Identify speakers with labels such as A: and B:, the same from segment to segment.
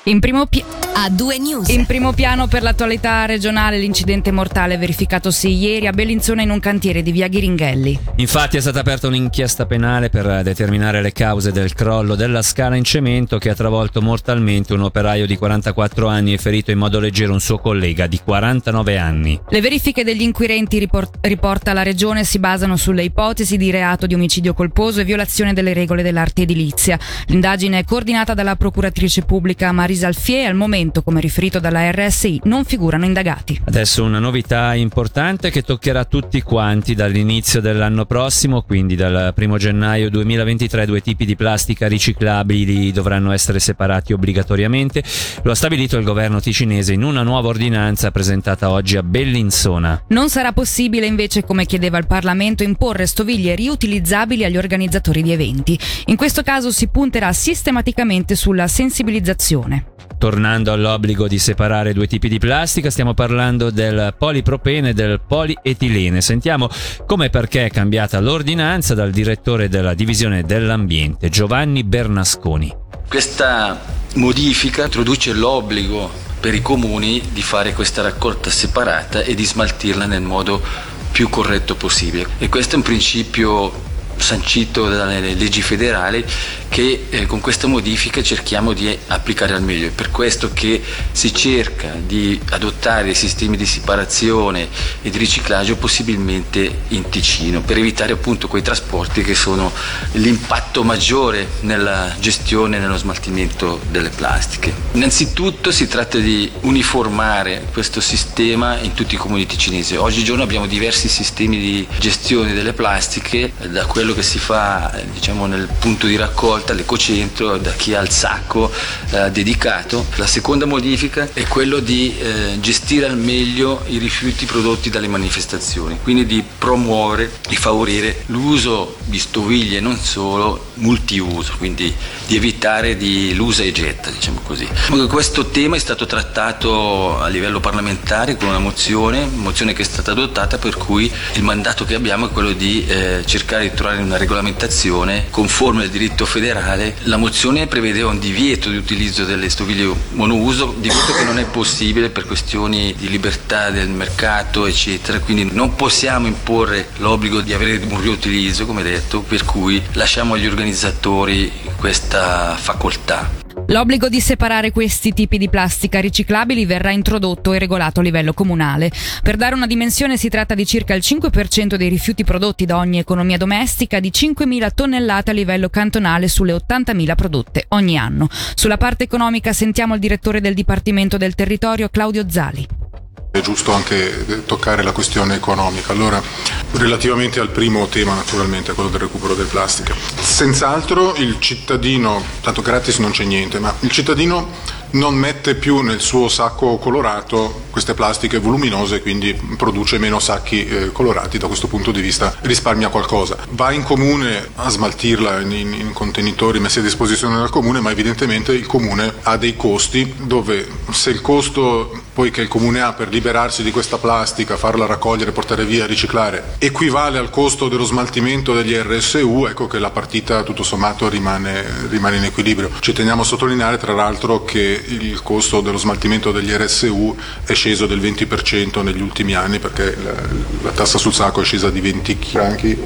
A: In primo piano per l'attualità regionale l'incidente mortale verificatosi ieri a Bellinzona in un cantiere di via Ghiringhelli.
B: Infatti è stata aperta un'inchiesta penale per determinare le cause del crollo della scala in cemento che ha travolto mortalmente un operaio di 44 anni e ferito in modo leggero un suo collega di 49 anni.
A: Le verifiche degli inquirenti, riporta la regione, si basano sulle ipotesi di reato di omicidio colposo e violazione delle regole dell'arte edilizia. L'indagine è coordinata dalla procuratrice pubblica Marisa Alfier e al momento, come riferito dalla RSI, non figurano indagati.
B: Adesso una novità importante che toccherà tutti quanti dall'inizio dell'anno prossimo, quindi dal 1 gennaio 2023 due tipi di plastica riciclabili dovranno essere separati obbligatoriamente. Lo ha stabilito il governo ticinese in una nuova ordinanza presentata oggi a Bellinzona.
A: Non sarà possibile invece, come chiedeva il Parlamento, imporre stoviglie riutilizzabili agli organizzatori di eventi. In questo caso si punterà sistematicamente sulla sensibilizzazione.
B: Tornando all'obbligo di separare due tipi di plastica, stiamo parlando del polipropene e del polietilene. Sentiamo come e perché è cambiata l'ordinanza dal direttore della divisione dell'ambiente, Giovanni Bernasconi.
C: Questa modifica introduce l'obbligo per i comuni di fare questa raccolta separata e di smaltirla nel modo più corretto possibile. E questo è un principio sancito dalle leggi federali che con questa modifica cerchiamo di applicare al meglio. È per questo che si cerca di adottare sistemi di separazione e di riciclaggio possibilmente in Ticino, per evitare appunto quei trasporti che sono l'impatto maggiore nella gestione e nello smaltimento delle plastiche. Innanzitutto si tratta di uniformare questo sistema in tutti i comuni ticinesi. Oggigiorno abbiamo diversi sistemi di gestione delle plastiche, da quello che si fa nel punto di raccolta, l'ecocentro, da chi ha il sacco dedicato. La seconda modifica è quello di gestire al meglio i rifiuti prodotti dalle manifestazioni, quindi di promuovere e favorire l'uso di stoviglie non solo multiuso, quindi di evitare l'usa e getta, diciamo così. Questo tema è stato trattato a livello parlamentare con una mozione che è stata adottata, per cui il mandato che abbiamo è quello di cercare di trovare una regolamentazione conforme al diritto federale. La mozione prevedeva un divieto di utilizzo delle stoviglie monouso, divieto che non è possibile per questioni di libertà del mercato eccetera, quindi non possiamo imporre l'obbligo di avere un riutilizzo, come detto, per cui lasciamo agli organizzatori questa facoltà.
A: L'obbligo di separare questi tipi di plastica riciclabili verrà introdotto e regolato a livello comunale. Per dare una dimensione, si tratta di circa il 5% dei rifiuti prodotti da ogni economia domestica, di 5.000 tonnellate a livello cantonale sulle 80.000 prodotte ogni anno. Sulla parte economica sentiamo il direttore del Dipartimento del Territorio, Claudio Zali.
D: È giusto anche toccare la questione economica. Allora, relativamente al primo tema, naturalmente, quello del recupero delle plastiche, senz'altro il cittadino, tanto gratis non c'è niente, ma il cittadino non mette più nel suo sacco colorato queste plastiche voluminose, quindi produce meno sacchi colorati. Da questo punto di vista risparmia qualcosa. Va in comune a smaltirla in contenitori messi a disposizione dal comune, ma evidentemente il comune ha dei costi dove, se il costo poi che il comune ha per liberarsi di questa plastica, farla raccogliere, portare via, riciclare, equivale al costo dello smaltimento degli RSU, ecco che la partita tutto sommato rimane in equilibrio. Ci teniamo a sottolineare tra l'altro che il costo dello smaltimento degli RSU è sceso del 20% negli ultimi anni, perché la tassa sul sacco è scesa di 20 franchi,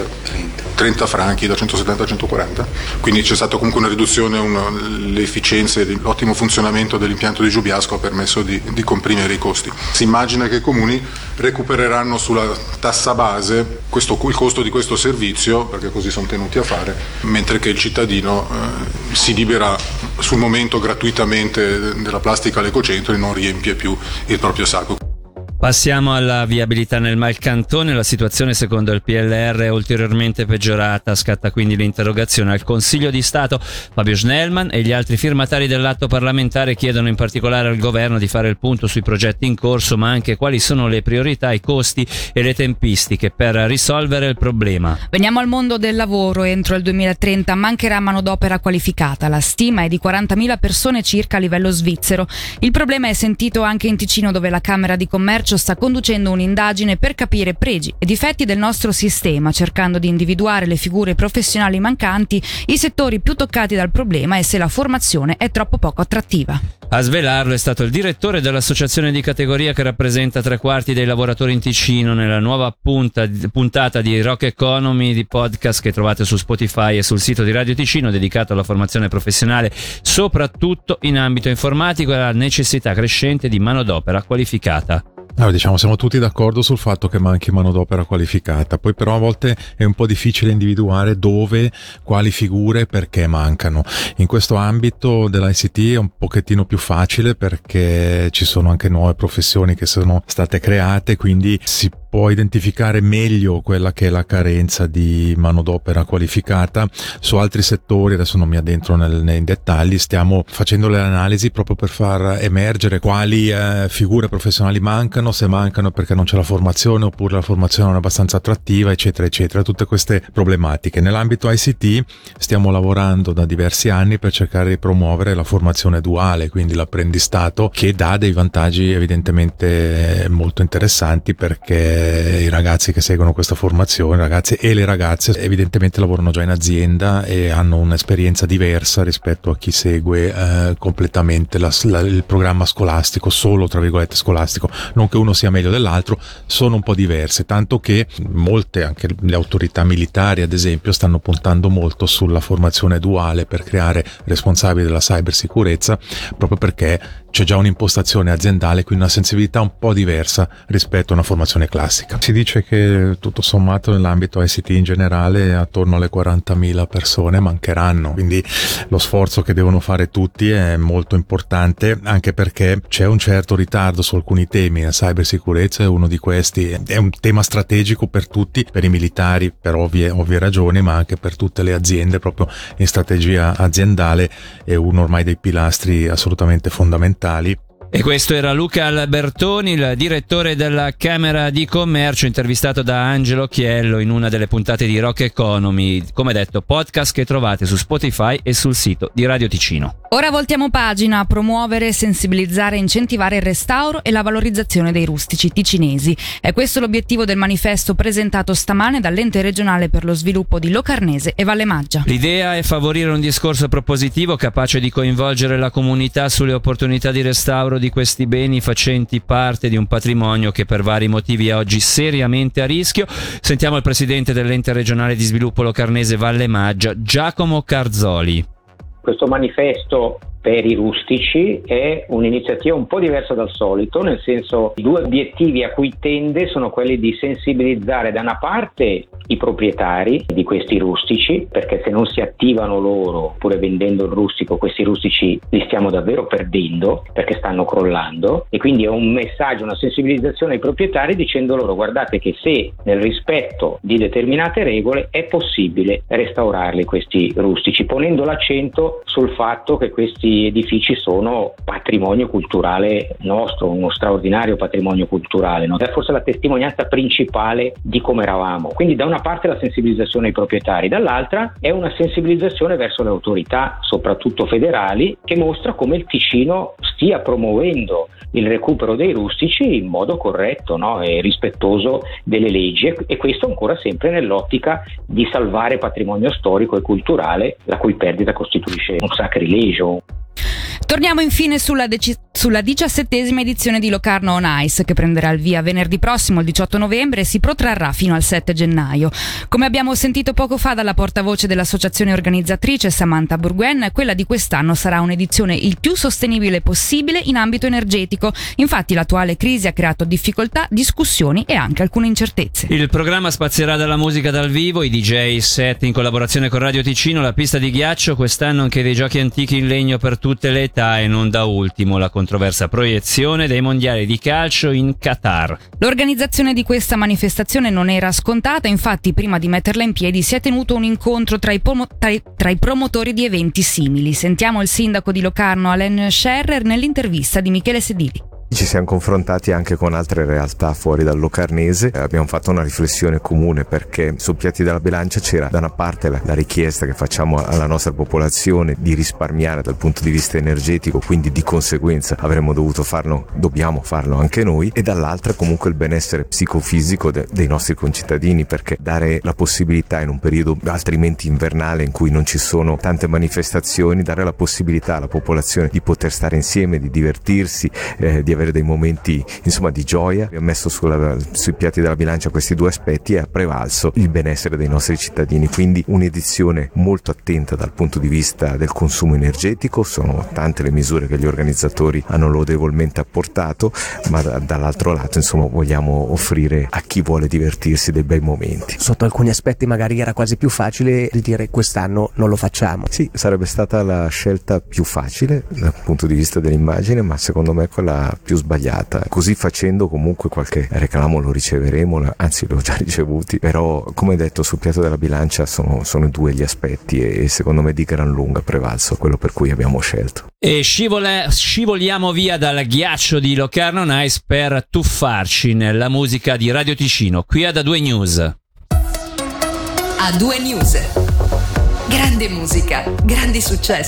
D: 30 franchi, da 170 a 140, quindi c'è stata comunque una riduzione, l'efficienza e l'ottimo funzionamento dell'impianto di Giubiasco ha permesso di comprimere i costi. Si immagina che i comuni recupereranno sulla tassa base il costo di questo servizio, perché così sono tenuti a fare, mentre che il cittadino si libera sul momento gratuitamente della plastica all'ecocentro e non riempie più il proprio sacco.
B: Passiamo alla viabilità nel Malcantone. La situazione secondo il PLR è ulteriormente peggiorata, scatta quindi l'interrogazione al Consiglio di Stato. Fabio Schnellman e gli altri firmatari dell'atto parlamentare chiedono in particolare al governo di fare il punto sui progetti in corso, ma anche quali sono le priorità, i costi e le tempistiche per risolvere il problema.
A: Veniamo al mondo del lavoro. Entro il 2030 mancherà manodopera qualificata. La stima è di 40.000 persone circa a livello svizzero. Il problema è sentito anche in Ticino, dove la Camera di Commercio Ghiaccio sta conducendo un'indagine per capire pregi e difetti del nostro sistema, cercando di individuare le figure professionali mancanti, i settori più toccati dal problema e se la formazione è troppo poco attrattiva.
B: A svelarlo è stato il direttore dell'associazione di categoria che rappresenta 3/4 dei lavoratori in Ticino nella nuova puntata di Rock Economy, di podcast che trovate su Spotify e sul sito di Radio Ticino, dedicato alla formazione professionale soprattutto in ambito informatico e alla necessità crescente di manodopera qualificata.
E: Allora, diciamo, siamo tutti d'accordo sul fatto che manchi manodopera qualificata, poi però a volte è un po' difficile individuare dove, quali figure, perché mancano. In questo ambito dell'ICT è un pochettino più facile perché ci sono anche nuove professioni che sono state create, quindi si può identificare meglio quella che è la carenza di manodopera qualificata. Su altri settori, adesso non mi addentro nei dettagli, stiamo facendo le analisi proprio per far emergere quali figure professionali mancano, se mancano perché non c'è la formazione oppure la formazione non è abbastanza attrattiva, eccetera eccetera, tutte queste problematiche. Nell'ambito ICT stiamo lavorando da diversi anni per cercare di promuovere la formazione duale, quindi l'apprendistato, che dà dei vantaggi evidentemente molto interessanti, perché i ragazzi che seguono questa formazione, ragazzi e le ragazze, evidentemente lavorano già in azienda e hanno un'esperienza diversa rispetto a chi segue completamente il programma scolastico, solo tra virgolette scolastico. Non che uno sia meglio dell'altro, sono un po' diverse, tanto che molte, anche le autorità militari ad esempio, stanno puntando molto sulla formazione duale per creare responsabili della cybersicurezza, proprio perché c'è già un'impostazione aziendale, quindi una sensibilità un po' diversa rispetto a una formazione classica. Si dice che tutto sommato nell'ambito ICT in generale attorno alle 40.000 persone mancheranno, quindi lo sforzo che devono fare tutti è molto importante, anche perché c'è un certo ritardo su alcuni temi. La cybersicurezza è uno di questi, è un tema strategico per tutti, per i militari per ovvie ragioni, ma anche per tutte le aziende. Proprio in strategia aziendale è uno ormai dei pilastri assolutamente fondamentali.
B: E questo era Luca Albertoni, il direttore della Camera di Commercio, intervistato da Angelo Chiello in una delle puntate di Rock Economy, come detto podcast che trovate su Spotify e sul sito di Radio Ticino.
A: Ora voltiamo pagina: promuovere, sensibilizzare e incentivare il restauro e la valorizzazione dei rustici ticinesi. È questo l'obiettivo del manifesto presentato stamane dall'Ente regionale per lo sviluppo di Locarnese e Valle Maggia.
B: L'idea è favorire un discorso propositivo capace di coinvolgere la comunità sulle opportunità di restauro di questi beni facenti parte di un patrimonio che per vari motivi è oggi seriamente a rischio. Sentiamo il presidente dell'Ente regionale di sviluppo Locarnese Valle Maggia, Giacomo Carzoli.
F: Questo manifesto per i rustici è un'iniziativa un po' diversa dal solito, nel senso i due obiettivi a cui tende sono quelli di sensibilizzare da una parte i proprietari di questi rustici, perché se non si attivano loro, oppure vendendo il rustico, questi rustici li stiamo davvero perdendo perché stanno crollando, e quindi è un messaggio, una sensibilizzazione ai proprietari dicendo loro: guardate che se nel rispetto di determinate regole è possibile restaurarli questi rustici, ponendo l'accento sul fatto che questi edifici sono patrimonio culturale nostro, uno straordinario patrimonio culturale, no? È forse la testimonianza principale di come eravamo. Quindi da una parte la sensibilizzazione ai proprietari, dall'altra è una sensibilizzazione verso le autorità, soprattutto federali, che mostra come il Ticino stia promuovendo il recupero dei rustici in modo corretto, no? E rispettoso delle leggi, e questo ancora sempre nell'ottica di salvare patrimonio storico e culturale, la cui perdita costituisce un sacrilegio.
A: Torniamo infine sulla 17ª edizione di Locarno on Ice, che prenderà il via venerdì prossimo, il 18 novembre, e si protrarrà fino al 7 gennaio. Come abbiamo sentito poco fa dalla portavoce dell'associazione organizzatrice Samantha Burguen, quella di quest'anno sarà un'edizione il più sostenibile possibile in ambito energetico. Infatti l'attuale crisi ha creato difficoltà, discussioni e anche alcune incertezze.
B: Il programma spazierà dalla musica dal vivo, i DJ set in collaborazione con Radio Ticino, la pista di ghiaccio, quest'anno anche dei giochi antichi in legno per tutte le età, e non da ultimo la controversa proiezione dei mondiali di calcio in Qatar.
A: L'organizzazione di questa manifestazione non era scontata, infatti prima di metterla in piedi si è tenuto un incontro tra i promotori di eventi simili. Sentiamo il sindaco di Locarno Alain Scherrer nell'intervista di Michele Sedili.
G: Ci siamo confrontati anche con altre realtà fuori dal Locarnese, abbiamo fatto una riflessione comune perché sul piatti della bilancia c'era da una parte la richiesta che facciamo alla nostra popolazione di risparmiare dal punto di vista energetico, quindi di conseguenza dobbiamo farlo anche noi, e dall'altra comunque il benessere psicofisico dei nostri concittadini, perché dare la possibilità in un periodo altrimenti invernale in cui non ci sono tante manifestazioni, dare la possibilità alla popolazione di poter stare insieme, di divertirsi, di avere dei momenti insomma di gioia. Abbiamo messo sui piatti della bilancia questi due aspetti e ha prevalso il benessere dei nostri cittadini, quindi un'edizione molto attenta dal punto di vista del consumo energetico. Sono tante le misure che gli organizzatori hanno lodevolmente apportato, ma dall'altro lato insomma vogliamo offrire a chi vuole divertirsi dei bei momenti.
H: Sotto alcuni aspetti magari era quasi più facile di dire quest'anno non lo facciamo.
G: Sì, sarebbe stata la scelta più facile dal punto di vista dell'immagine, ma secondo me quella più sbagliata. Così facendo comunque qualche reclamo lo riceveremo, anzi l'ho già ricevuti, però come detto sul piatto della bilancia sono due gli aspetti e secondo me di gran lunga prevalso quello per cui abbiamo scelto.
B: E scivoliamo via dal ghiaccio di Locarno Nice per tuffarci nella musica di Radio Ticino, qui ad A2 News.
I: A2 News. Grande musica, grandi successi.